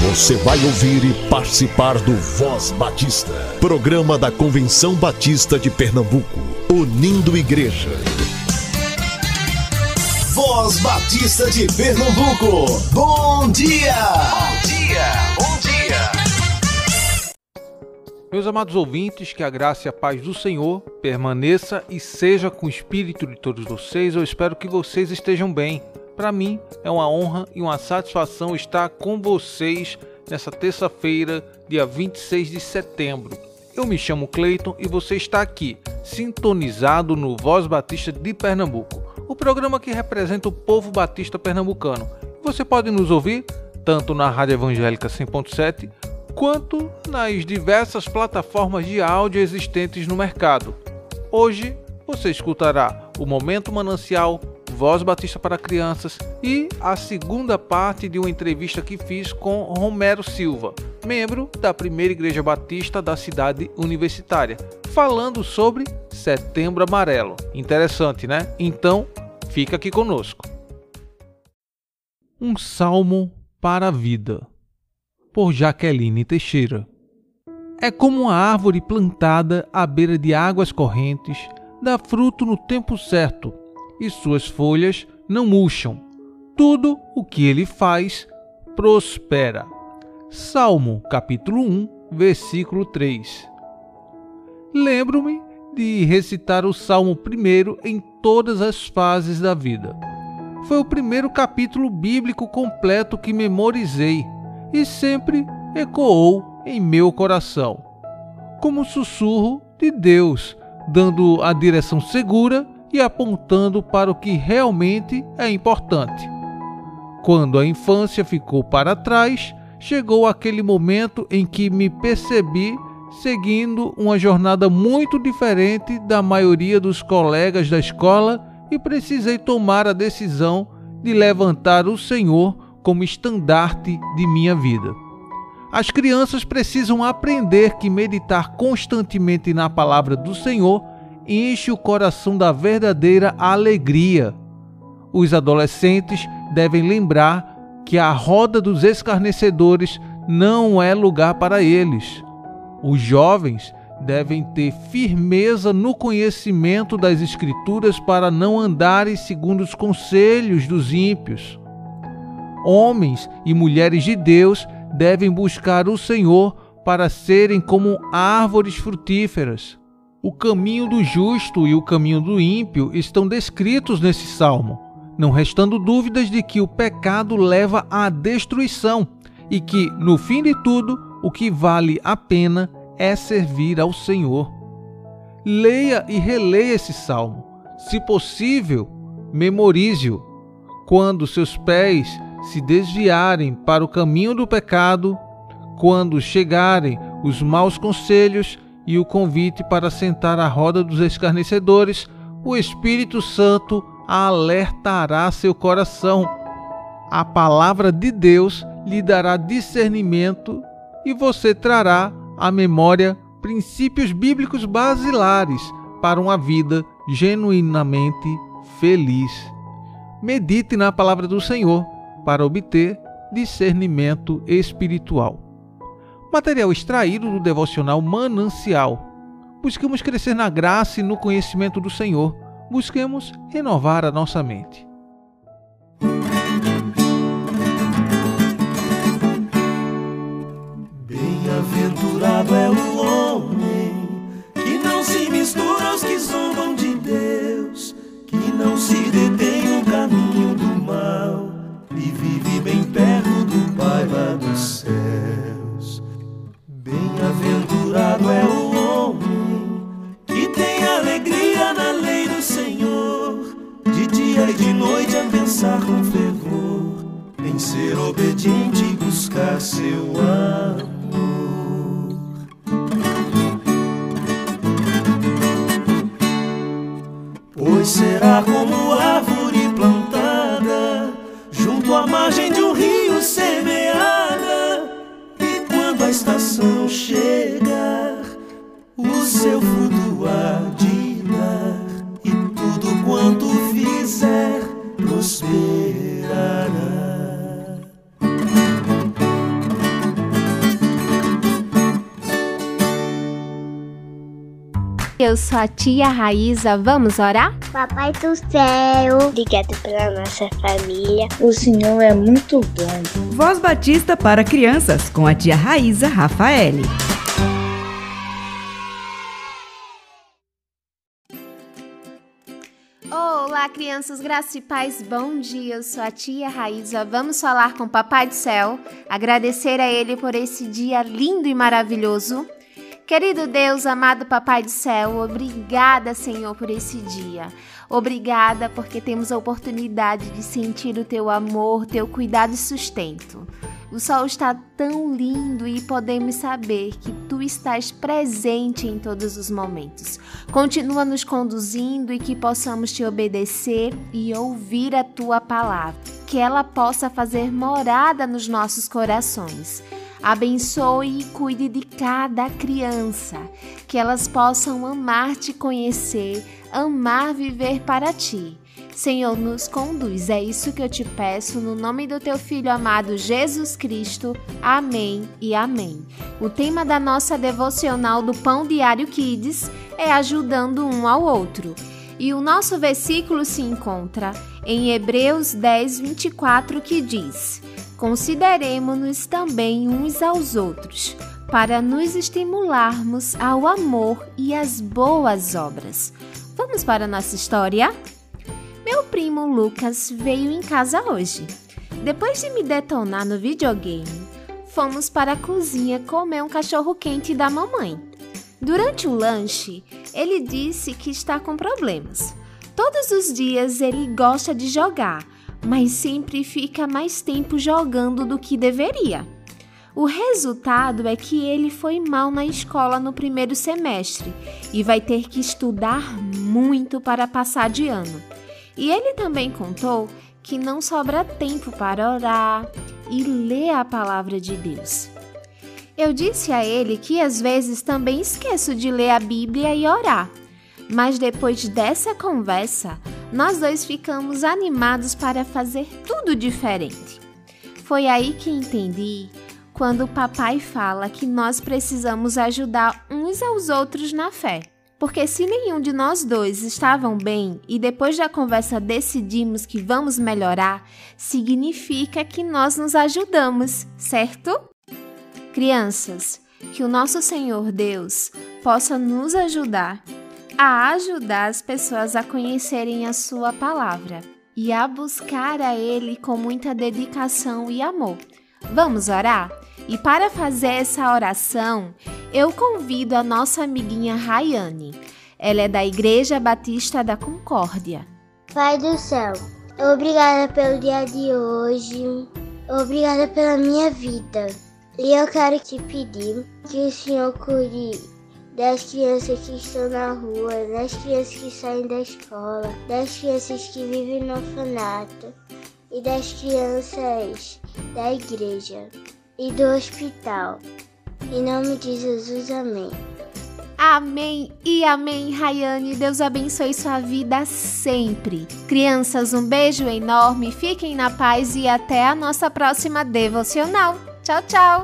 Você vai ouvir e participar do Voz Batista, programa da Convenção Batista de Pernambuco, unindo igreja. Voz Batista de Pernambuco, bom dia! Bom dia, bom dia! Meus amados ouvintes, que a graça e a paz do Senhor permaneça e seja com o espírito de todos vocês. Eu espero que vocês estejam bem. Para mim é uma honra e uma satisfação estar com vocês nessa terça-feira, dia 26 de setembro. Eu me chamo Cleiton e você está aqui, sintonizado no Voz Batista de Pernambuco, o programa que representa o povo batista pernambucano. Você pode nos ouvir tanto na Rádio Evangélica 100.7 quanto nas diversas plataformas de áudio existentes no mercado. Hoje você escutará o Momento Manancial, Voz Batista para Crianças e a segunda parte de uma entrevista que fiz com Romero Silva, membro da Primeira Igreja Batista da cidade universitária, falando sobre Setembro Amarelo. Interessante, né? Então, fica aqui conosco. Um Salmo para a Vida, por Jaqueline Teixeira. É como uma árvore plantada à beira de águas correntes, dá fruto no tempo certo, e suas folhas não murcham. Tudo o que ele faz prospera. Salmo capítulo 1, versículo 3. Lembro-me de recitar o Salmo primeiro em todas as fases da vida. Foi o primeiro capítulo bíblico completo que memorizei e sempre ecoou em meu coração, como um sussurro de Deus, dando a direção segura e apontando para o que realmente é importante. Quando a infância ficou para trás, chegou aquele momento em que me percebi seguindo uma jornada muito diferente da maioria dos colegas da escola e precisei tomar a decisão de levantar o Senhor como estandarte de minha vida. As crianças precisam aprender que meditar constantemente na palavra do Senhor enche o coração da verdadeira alegria. Os adolescentes devem lembrar que a roda dos escarnecedores não é lugar para eles. Os jovens devem ter firmeza no conhecimento das Escrituras para não andarem segundo os conselhos dos ímpios. Homens e mulheres de Deus devem buscar o Senhor para serem como árvores frutíferas. O caminho do justo e o caminho do ímpio estão descritos nesse salmo, não restando dúvidas de que o pecado leva à destruição e que, no fim de tudo, o que vale a pena é servir ao Senhor. Leia e releia esse salmo. Se possível, memorize-o. Quando seus pés se desviarem para o caminho do pecado, quando chegarem os maus conselhos e o convite para sentar à roda dos escarnecedores, o Espírito Santo alertará seu coração. A palavra de Deus lhe dará discernimento e você trará à memória princípios bíblicos basilares para uma vida genuinamente feliz. Medite na palavra do Senhor para obter discernimento espiritual. Material extraído do devocional Manancial. Busquemos crescer na graça e no conhecimento do Senhor. Busquemos renovar a nossa mente. Bem-aventurado é o homem que não se mistura aos que zombam de Deus, que não se detém no caminho do mal e vive bem perto do Pai lá dos céus. Bem-aventurado é o homem que tem alegria na lei do Senhor, de dia e de noite a pensar com fervor, em ser obediente e buscar seu amor. Pois será como árvore plantada junto à margem de um rio semeada, e quando a estação chegar, o seu fruto há de dar, e tudo quanto fizer prosperará. Eu sou a tia Raíza, vamos orar? Papai do céu, obrigado pela nossa família. O Senhor é muito bom. Voz Batista para crianças, com a tia Raíza Rafaele. Olá, crianças, graças e paz, bom dia, eu sou a tia Raíza, vamos falar com o Papai do Céu, agradecer a Ele por esse dia lindo e maravilhoso. Querido Deus, amado Papai do Céu, obrigada, Senhor, por esse dia. Obrigada porque temos a oportunidade de sentir o Teu amor, Teu cuidado e sustento. O sol está tão lindo e podemos saber que Tu estás presente em todos os momentos. Continua nos conduzindo e que possamos Te obedecer e ouvir a Tua palavra. Que ela possa fazer morada nos nossos corações. Abençoe e cuide de cada criança, que elas possam amar Te conhecer, amar viver para Ti. Senhor, nos conduz, é isso que eu Te peço, no nome do Teu Filho amado Jesus Cristo. Amém e amém. O tema da nossa devocional do Pão Diário Kids é ajudando um ao outro. E o nosso versículo se encontra em Hebreus 10, 24, que diz: consideremo-nos também uns aos outros, para nos estimularmos ao amor e às boas obras. Vamos para a nossa história? Meu primo Lucas veio em casa hoje. Depois de me detonar no videogame, fomos para a cozinha comer um cachorro-quente da mamãe. Durante o lanche, ele disse que está com problemas. Todos os dias ele gosta de jogar, mas sempre fica mais tempo jogando do que deveria. O resultado é que ele foi mal na escola no primeiro semestre e vai ter que estudar muito para passar de ano. E ele também contou que não sobra tempo para orar e ler a palavra de Deus. Eu disse a ele que às vezes também esqueço de ler a Bíblia e orar. Mas depois dessa conversa, nós dois ficamos animados para fazer tudo diferente. Foi aí que entendi quando o papai fala que nós precisamos ajudar uns aos outros na fé. Porque se nenhum de nós dois estavam bem e depois da conversa decidimos que vamos melhorar, significa que nós nos ajudamos, certo? Crianças, que o nosso Senhor Deus possa nos ajudar a ajudar as pessoas a conhecerem a sua palavra e a buscar a Ele com muita dedicação e amor. Vamos orar? E para fazer essa oração, eu convido a nossa amiguinha Rayane. Ela é da Igreja Batista da Concórdia. Pai do céu, obrigada pelo dia de hoje, obrigada pela minha vida. E eu quero te pedir que o Senhor cuide das crianças que estão na rua, das crianças que saem da escola, das crianças que vivem no orfanato e das crianças da igreja e do hospital. Em nome de Jesus, amém. Amém e amém, Rayane. Deus abençoe sua vida sempre. Crianças, um beijo enorme, fiquem na paz e até a nossa próxima devocional. Tchau, tchau!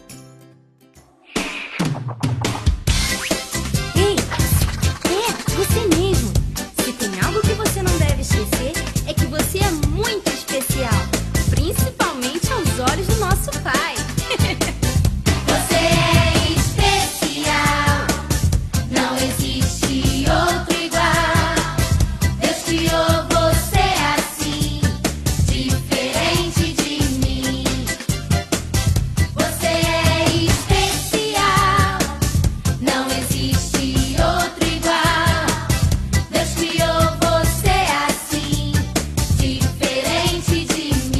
Ei, você mesmo! Se tem algo que você não deve esquecer, é que você é muito especial, principalmente aos olhos do nosso Pai. Você é especial, não existe outro igual. Deus criou você assim, diferente de mim. Você é especial, não existe outro igual. Deus criou você assim, diferente de mim.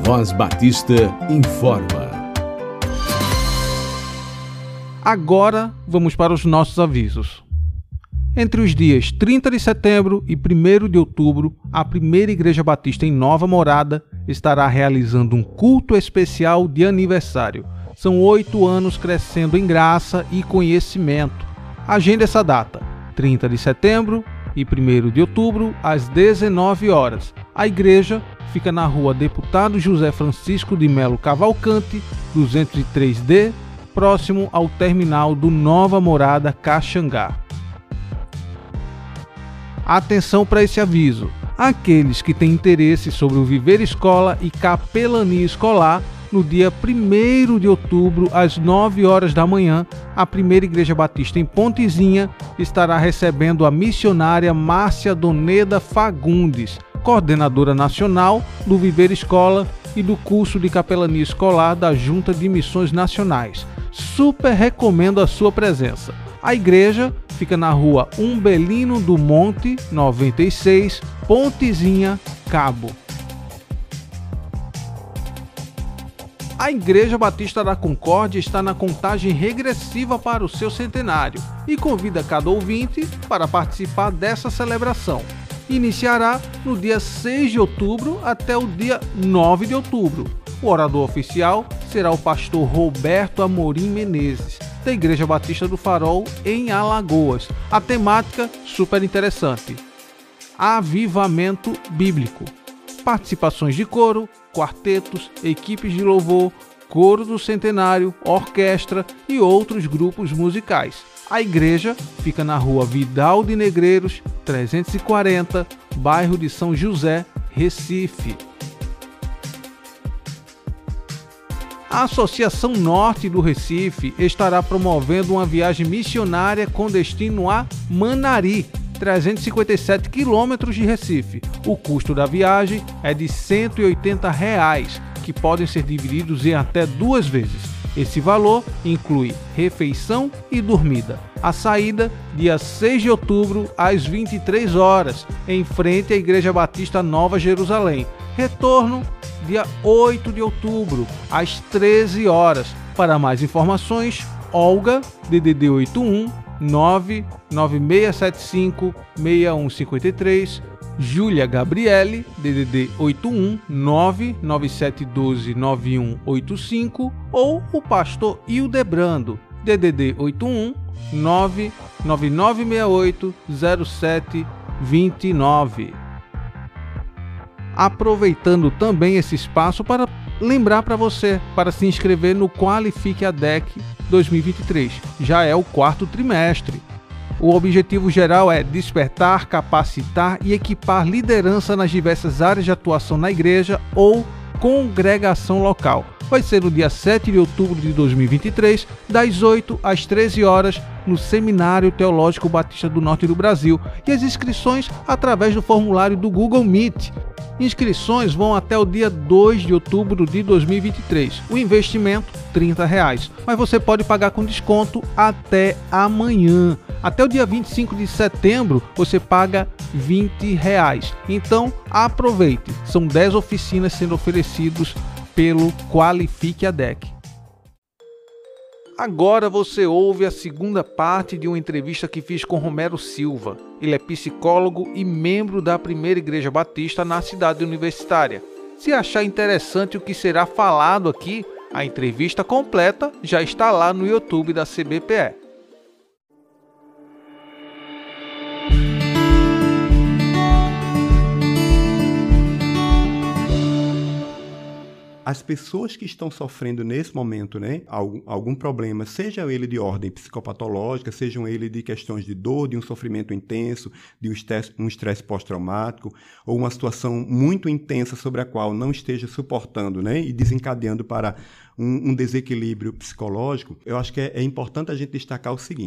Voz Batista informa. Agora vamos para os nossos avisos. Entre os dias 30 de setembro e 1º de outubro, a Primeira Igreja Batista em Nova Morada estará realizando um culto especial de aniversário. São 8 anos crescendo em graça e conhecimento. Agende essa data, 30 de setembro e 1º de outubro, às 19 horas. A igreja fica na rua Deputado José Francisco de Melo Cavalcante, 203D, próximo ao terminal do Nova Morada Caxangá. Atenção para esse aviso. Aqueles que têm interesse sobre o Viver Escola e Capelania Escolar, no dia 1º de outubro, às 9 horas da manhã, a Primeira Igreja Batista em Pontezinha estará recebendo a missionária Márcia Doneda Fagundes, coordenadora nacional do Viver Escola e do curso de Capelania Escolar da Junta de Missões Nacionais. Super recomendo a sua presença. A igreja fica na rua Umbelino do Monte, 96, Pontezinha, Cabo. A Igreja Batista da Concórdia está na contagem regressiva para o seu centenário e convida cada ouvinte para participar dessa celebração. Iniciará no dia 6 de outubro até o dia 9 de outubro. O orador oficial será o pastor Roberto Amorim Menezes, da Igreja Batista do Farol, em Alagoas. A temática super interessante: avivamento bíblico. Participações de coro, quartetos, equipes de louvor, coro do centenário, orquestra e outros grupos musicais. A igreja fica na rua Vidal de Negreiros, 340, bairro de São José, Recife. A Associação Norte do Recife estará promovendo uma viagem missionária com destino a Manari, 357 quilômetros de Recife. O custo da viagem é de R$ 180, que podem ser divididos em até 2 vezes. Esse valor inclui refeição e dormida. A saída, dia 6 de outubro, às 23 horas, em frente à Igreja Batista Nova Jerusalém. Retorno, dia 8 de outubro, às 13 horas. Para mais informações, Olga, DDD 81 99675 6153, Júlia Gabriele, DDD 81 99712 9185, ou o pastor Hildebrando, DDD 81 99968 0729. Aproveitando também esse espaço para lembrar para você para se inscrever no Qualifique ADEC 2023. Já é o 4º trimestre. O objetivo geral é despertar, capacitar e equipar liderança nas diversas áreas de atuação na igreja ou congregação local. Vai ser no dia 7 de outubro de 2023, das 8 às 13 horas, no Seminário Teológico Batista do Norte do Brasil, e as inscrições através do formulário do Google Meet. Inscrições vão até o dia 2 de outubro de 2023. O investimento, R$ 30, mas você pode pagar com desconto até amanhã. Até o dia 25 de setembro, você paga R$ 20. Então, aproveite. São 10 oficinas sendo oferecidas pelo Qualifique ADEC. Agora você ouve a segunda parte de uma entrevista que fiz com Romero Silva. Ele é psicólogo e membro da Primeira Igreja Batista na cidade universitária. Se achar interessante o que será falado aqui, a entrevista completa já está lá no YouTube da CBPE. As pessoas que estão sofrendo nesse momento, né, algum problema, seja ele de ordem psicopatológica, sejam ele de questões de dor, de um sofrimento intenso, de um estresse pós-traumático, ou uma situação muito intensa sobre a qual não esteja suportando, né, e desencadeando para um desequilíbrio psicológico, eu acho que é importante a gente destacar o seguinte: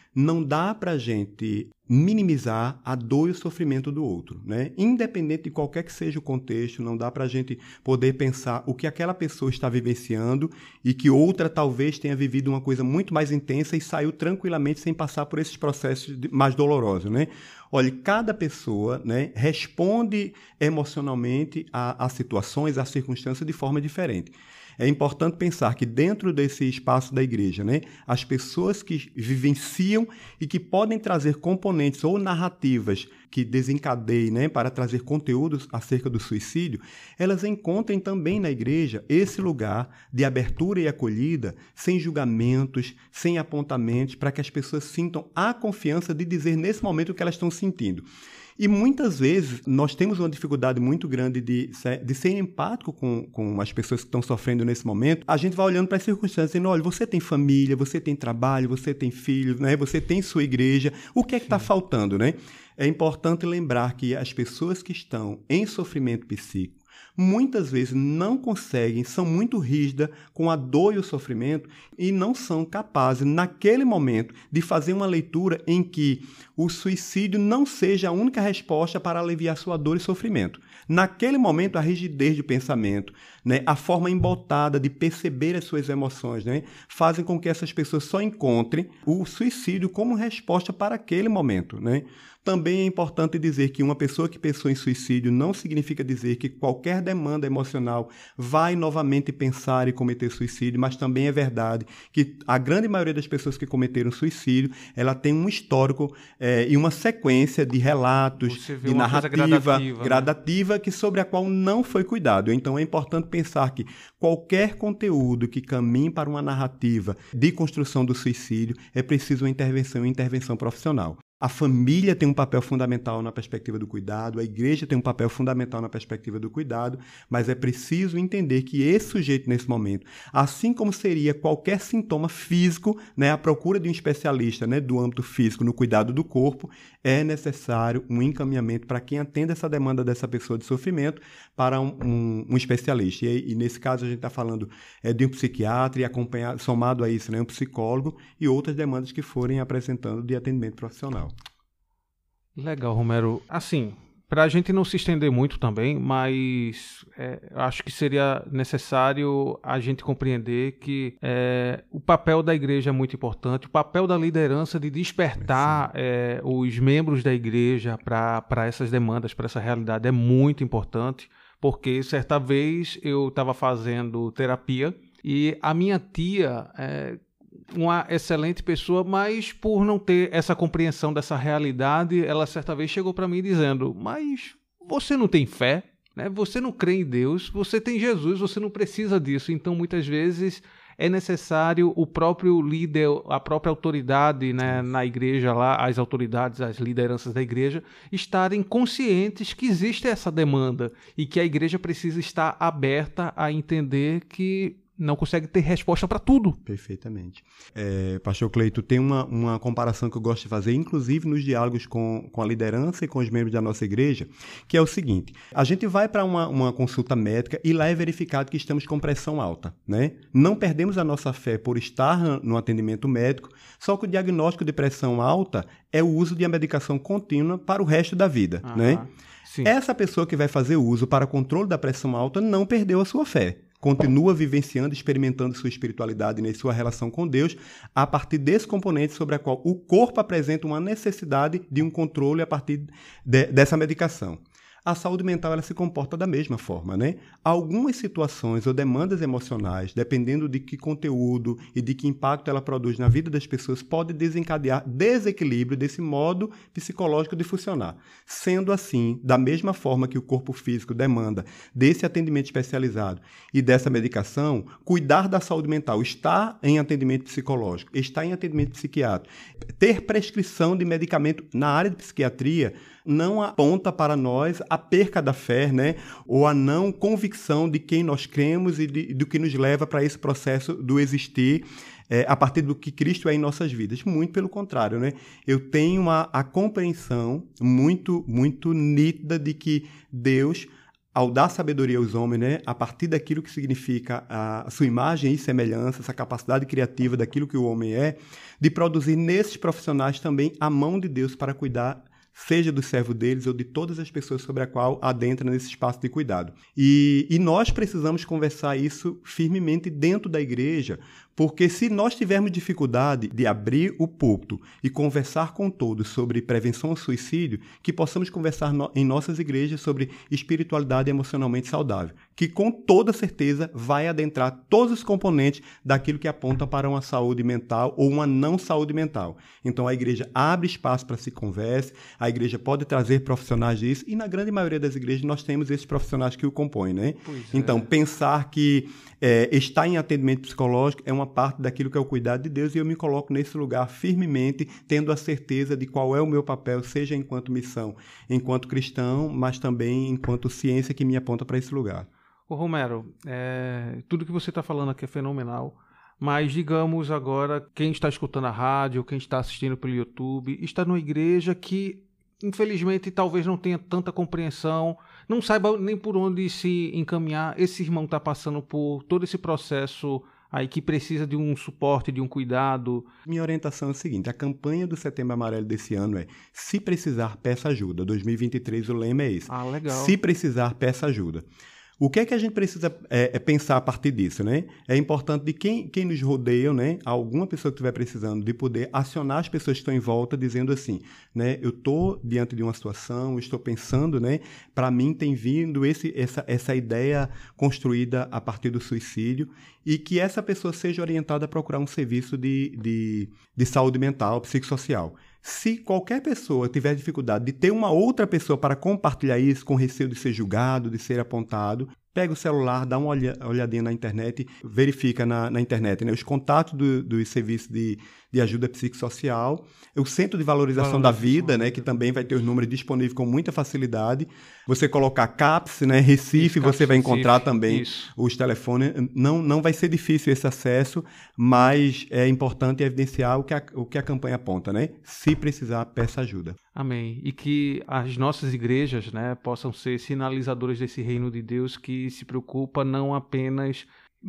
não dá para a gente minimizar a dor e o sofrimento do outro, né? Independente de qualquer que seja o contexto, não dá para a gente poder pensar o que aquela pessoa está vivenciando e que outra talvez tenha vivido uma coisa muito mais intensa e saiu tranquilamente sem passar por esses processos mais dolorosos, né? Olha, cada pessoa, né, responde emocionalmente a situações, a circunstâncias de forma diferente. É importante pensar que dentro desse espaço da igreja, né, as pessoas que vivenciam e que podem trazer componentes ou narrativas que desencadeiem, né, para trazer conteúdos acerca do suicídio, elas encontrem também na igreja esse lugar de abertura e acolhida, sem julgamentos, sem apontamentos, para que as pessoas sintam a confiança de dizer nesse momento o que elas estão sentindo. E muitas vezes nós temos uma dificuldade muito grande de ser empático com as pessoas que estão sofrendo nesse momento. A gente vai olhando para as circunstâncias, dizendo, olha, você tem família, você tem trabalho, você tem filhos, né? Você tem sua igreja, o que é que está faltando, né? É importante lembrar que as pessoas que estão em sofrimento psíquico muitas vezes não conseguem, são muito rígidas com a dor e o sofrimento e não são capazes, naquele momento, de fazer uma leitura em que o suicídio não seja a única resposta para aliviar sua dor e sofrimento. Naquele momento, a rigidez de pensamento, né, a forma embotada de perceber as suas emoções, né, fazem com que essas pessoas só encontrem o suicídio como resposta para aquele momento, né? Também é importante dizer que uma pessoa que pensou em suicídio não significa dizer que qualquer demanda emocional vai novamente pensar e cometer suicídio, mas também é verdade que a grande maioria das pessoas que cometeram suicídio, ela tem um histórico e uma sequência de relatos, de narrativa gradativa, né? Que sobre a qual não foi cuidado. Então é importante pensar que qualquer conteúdo que caminhe para uma narrativa de construção do suicídio é preciso uma intervenção profissional. A família tem um papel fundamental na perspectiva do cuidado, a igreja tem um papel fundamental na perspectiva do cuidado, mas é preciso entender que esse sujeito, nesse momento, assim como seria qualquer sintoma físico, né, a procura de um especialista, né, do âmbito físico no cuidado do corpo, é necessário um encaminhamento para quem atende essa demanda dessa pessoa de sofrimento para um especialista. E nesse caso a gente está falando de um psiquiatra e acompanhado, somado a isso, né, um psicólogo e outras demandas que forem apresentando de atendimento profissional. Legal, Romero. Assim, para a gente não se estender muito também, mas acho que seria necessário a gente compreender que o papel da igreja é muito importante, o papel da liderança de despertar os membros da igreja para essas demandas, para essa realidade é muito importante, porque certa vez eu estava fazendo terapia e a minha tia uma excelente pessoa, mas por não ter essa compreensão dessa realidade, ela certa vez chegou para mim dizendo, mas você não tem fé, né? Você não crê em Deus, você tem Jesus, você não precisa disso. Então, muitas vezes, é necessário o próprio líder, a própria autoridade, né, na igreja, lá, as autoridades, as lideranças da igreja, estarem conscientes que existe essa demanda e que a igreja precisa estar aberta a entender que não consegue ter resposta para tudo. Perfeitamente. Pastor Cleito, tem uma comparação que eu gosto de fazer, inclusive nos diálogos com a liderança e com os membros da nossa igreja, que é o seguinte, a gente vai para uma consulta médica e lá é verificado que estamos com pressão alta, né? Não perdemos a nossa fé por estar no atendimento médico, só que o diagnóstico de pressão alta é o uso de uma medicação contínua para o resto da vida, né? Sim. Essa pessoa que vai fazer uso para controle da pressão alta não perdeu a sua fé. Continua vivenciando, experimentando sua espiritualidade e sua relação com Deus a partir desse componente sobre a qual o corpo apresenta uma necessidade de um controle a partir dessa medicação. A saúde mental ela se comporta da mesma forma, né? Algumas situações ou demandas emocionais, dependendo de que conteúdo e de que impacto ela produz na vida das pessoas, pode desencadear desequilíbrio desse modo psicológico de funcionar. Sendo assim, da mesma forma que o corpo físico demanda desse atendimento especializado e dessa medicação, cuidar da saúde mental, estar em atendimento psicológico, estar em atendimento psiquiátrico, ter prescrição de medicamento na área de psiquiatria, não aponta para nós a perca da fé, né? Ou a não convicção de quem nós cremos e do que nos leva para esse processo do existir a partir do que Cristo é em nossas vidas. Muito pelo contrário, né? Eu tenho a compreensão muito, muito nítida de que Deus ao dar sabedoria aos homens, né, a partir daquilo que significa a sua imagem e semelhança, essa capacidade criativa daquilo que o homem é, de produzir nesses profissionais também a mão de Deus para cuidar, seja do servo deles ou de todas as pessoas sobre a qual adentra nesse espaço de cuidado. E nós precisamos conversar isso firmemente dentro da igreja, porque se nós tivermos dificuldade de abrir o púlpito e conversar com todos sobre prevenção ao suicídio, que possamos conversar em nossas igrejas sobre espiritualidade emocionalmente saudável, que com toda certeza vai adentrar todos os componentes daquilo que aponta para uma saúde mental ou uma não saúde mental. Então a igreja abre espaço para se converse, a igreja pode trazer profissionais disso, e na grande maioria das igrejas nós temos esses profissionais que o compõem, né? Então, pensar que estar em atendimento psicológico é uma parte daquilo que é o cuidado de Deus, e eu me coloco nesse lugar firmemente, tendo a certeza de qual é o meu papel, seja enquanto missão, enquanto cristão, mas também enquanto ciência que me aponta para esse lugar. Ô Romero, tudo que você está falando aqui é fenomenal, mas digamos agora, quem está escutando a rádio, quem está assistindo pelo YouTube, está numa igreja que infelizmente talvez não tenha tanta compreensão, não saiba nem por onde se encaminhar. Esse irmão está passando por todo esse processo aí que precisa de um suporte, de um cuidado. Minha orientação é o seguinte: a campanha do Setembro Amarelo desse ano é: se precisar, peça ajuda. 2023 o lema é esse. Legal. Se precisar, peça ajuda. O que é que a gente precisa pensar a partir disso, né? É importante de quem nos rodeia, né? Alguma pessoa que estiver precisando, de poder acionar as pessoas que estão em volta, dizendo assim, né? Eu estou diante de uma situação, estou pensando, né? Para mim tem vindo essa ideia construída a partir do suicídio, e que essa pessoa seja orientada a procurar um serviço de saúde mental, psicossocial. Se qualquer pessoa tiver dificuldade de ter uma outra pessoa para compartilhar isso, com receio de ser julgado, de ser apontado, pega o celular, dá uma olhadinha na internet, verifica na internet, né, os contatos dos serviços de ajuda psicossocial, o Centro de Valorização da Vida, né, que também vai ter os números disponíveis com muita facilidade. Você colocar CAPS, né, Recife, você vai encontrar também os telefones. Não vai ser difícil esse acesso, mas é importante evidenciar o que a campanha aponta, né? Se precisar, peça ajuda. Amém. E que as nossas igrejas, né, possam ser sinalizadoras desse reino de Deus que se preocupa não apenas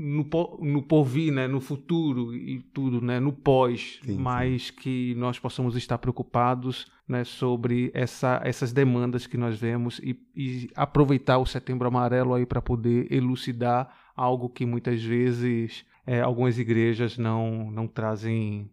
no porvir, né, no futuro e tudo, né, no pós, mas que nós possamos estar preocupados, né, sobre essas demandas que nós vemos e aproveitar o Setembro Amarelo aí para poder elucidar algo que muitas vezes algumas igrejas não trazem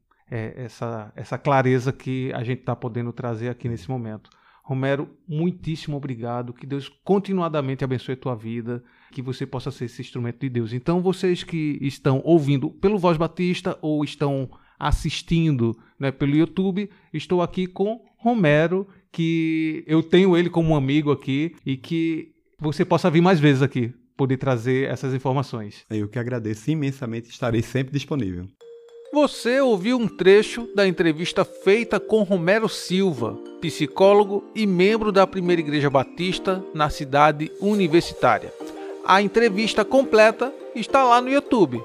essa clareza que a gente está podendo trazer aqui nesse momento. Romero, muitíssimo obrigado, que Deus continuadamente abençoe a tua vida, que você possa ser esse instrumento de Deus. Então, vocês que estão ouvindo pelo Voz Batista ou estão assistindo, né, pelo YouTube, estou aqui com Romero, que eu tenho ele como um amigo aqui, e que você possa vir mais vezes aqui, poder trazer essas informações. Eu que agradeço imensamente, estarei sempre disponível. Você ouviu um trecho da entrevista feita com Romero Silva, psicólogo e membro da Primeira Igreja Batista na cidade universitária. A entrevista completa está lá no YouTube.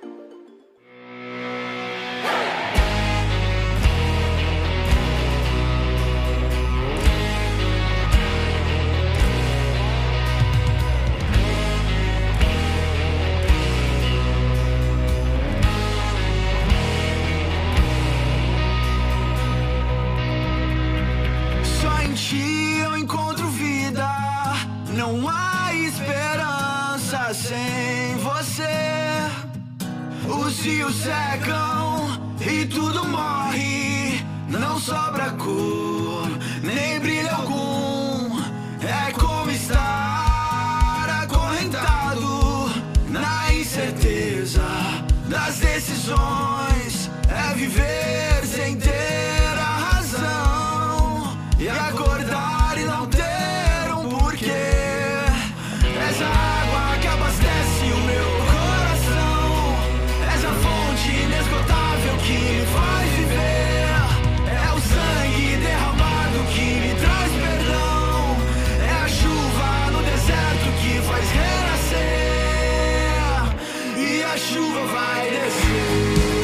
Sem você, os rios secam e tudo morre. Não sobra cor, nem brilho algum. É como estar acorrentado na incerteza das decisões. É viver sem ter a razão e acordar e não ter um porquê. Essa água que abastece o meu coração, essa fonte inesgotável que me faz viver. É o sangue derramado que me traz perdão, é a chuva no deserto que faz renascer, e a chuva vai descer.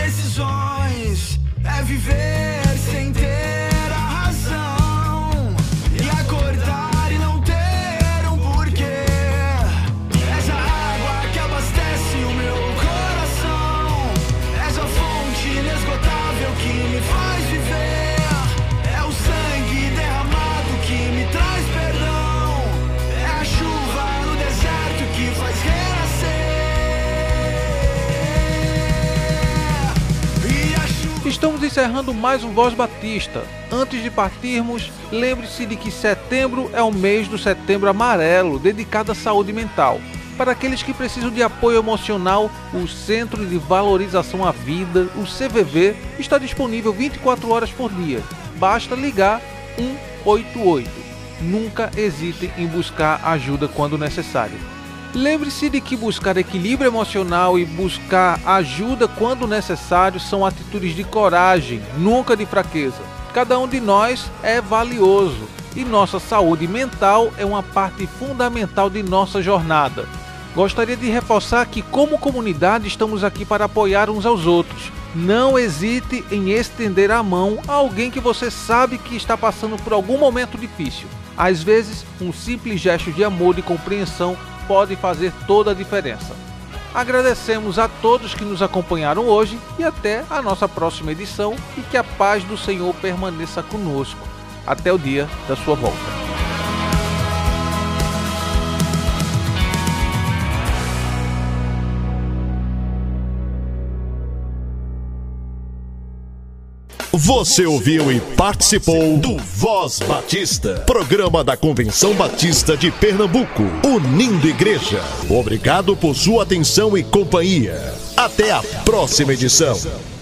decisões, é viver sem ter a razão e acordar e não ter um porquê. És a água que abastece o meu coração, és a fonte inesgotável que me faz viver, é o sangue derramado que me traz perdão, é a chuva no deserto que faz renascer. Estamos encerrando mais um Voz Batista. Antes de partirmos, lembre-se de que setembro é o mês do Setembro Amarelo, dedicado à saúde mental. Para aqueles que precisam de apoio emocional, o Centro de Valorização à Vida, o CVV, está disponível 24 horas por dia. Basta ligar 188. Nunca hesitem em buscar ajuda quando necessário. Lembre-se de que buscar equilíbrio emocional e buscar ajuda quando necessário são atitudes de coragem, nunca de fraqueza. Cada um de nós é valioso e nossa saúde mental é uma parte fundamental de nossa jornada. Gostaria de reforçar que, como comunidade, estamos aqui para apoiar uns aos outros. Não hesite em estender a mão a alguém que você sabe que está passando por algum momento difícil. Às vezes, um simples gesto de amor e compreensão pode fazer toda a diferença. Agradecemos a todos que nos acompanharam hoje e até a nossa próxima edição, e que a paz do Senhor permaneça conosco até o dia da sua volta. Você ouviu e participou do Voz Batista, programa da Convenção Batista de Pernambuco, unindo igreja. Obrigado por sua atenção e companhia. Até a próxima edição.